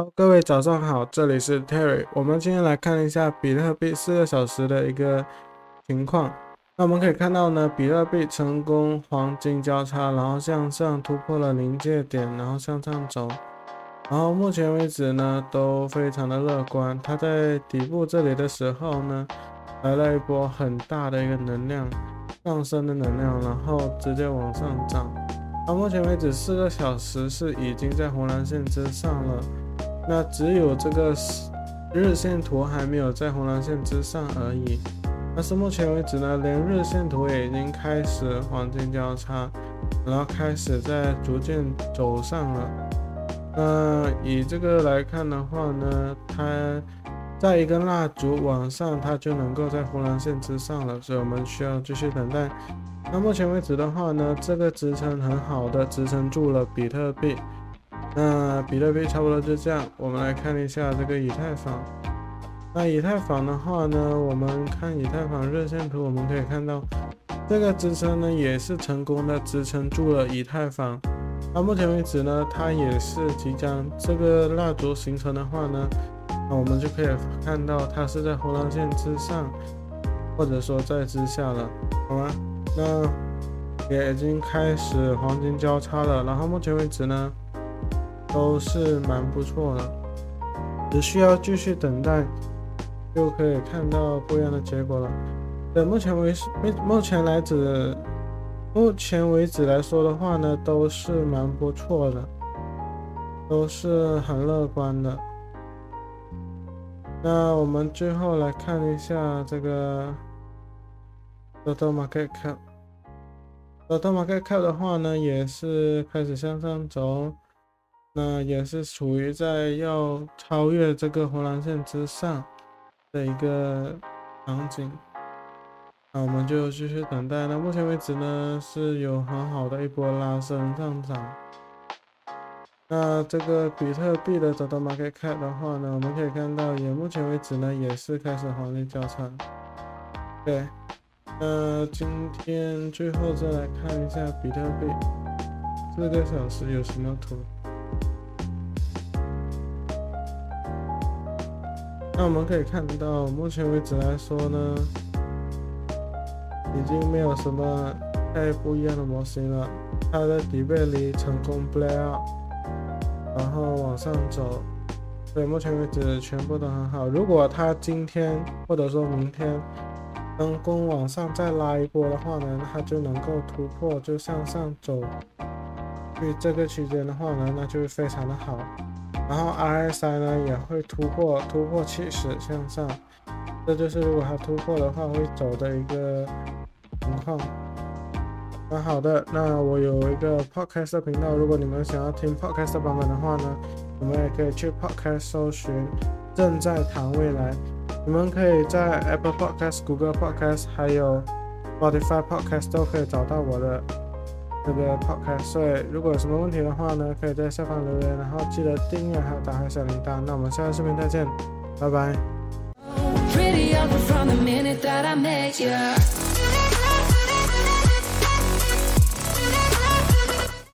Hello， 各位早上好，这里是 Terry。我们今天来看一下比特币4个小时的一个情况。那我们可以看到呢，比特币成功黄金交叉，然后向上突破了临界点，然后向上走。然后目前为止呢，都非常的乐观。它在底部这里的时候呢，来了一波很大的一个能量上升的能量，然后直接往上涨。到目前为止4个小时是已经在红蓝线之上了，那只有这个日线图还没有在红蓝线之上而已。但是目前为止呢，连日线图也已经开始黄金交叉，然后开始在逐渐走上了。那以这个来看的话呢，它在一根蜡烛往上，它就能够在红蓝线之上了，所以我们需要继续等待。那目前为止的话呢，这个支撑很好的支撑住了比特币。那比特币差不多就这样。我们来看一下这个以太坊。那以太坊的话呢，我们看以太坊日线图，我们可以看到这个支撑呢也是成功的支撑住了以太坊。那目前为止呢，它也是即将这个蜡烛形成的话呢，那我们就可以看到它是在红蓝线之上，或者说在之下了，好吗？那也已经开始黄金交叉了，然后目前为止呢都是蛮不错的，只需要继续等待就可以看到不一样的结果了。对，目前为止来说的话呢，都是蛮不错的，都是很乐观的。那我们最后来看一下这个Total Market Cap。Total Market Cap 的话呢，也是开始向上走，那也是处于在要超越这个红蓝线之上的一个场景。那我们就继续等待。那目前为止呢，是有很好的一波拉升上涨。那这个比特币的Total Market Cap 的话呢，我们可以看到，目前为止呢，也是开始黄金交叉。对。那今天最后再来看一下比特币4个小时有什么图。那我们可以看到，目前为止来说呢，已经没有什么太不一样的模型了。它的底背离成功 play out， 然后往上走，所以目前为止全部都很好。如果它今天或者说明天成功往上再拉一波的话呢，它就能够突破，就向上走去这个区间的话呢，那就会非常的好。然后 RSI 呢也会突破70向上，这就是如果它突破的话会走的一个情况。那好的，那我有一个 podcast 的频道，如果你们想要听 podcast 版本的话呢，你们也可以去 podcast 搜寻正在谈未来。你们可以在 Apple Podcast、Google Podcast 还有 Spotify Podcast 都可以找到我的这个 Podcast。所以如果有什么问题的话呢，可以在下方留言，然后记得订阅还有打开小铃铛。那我们下个视频再见，拜拜。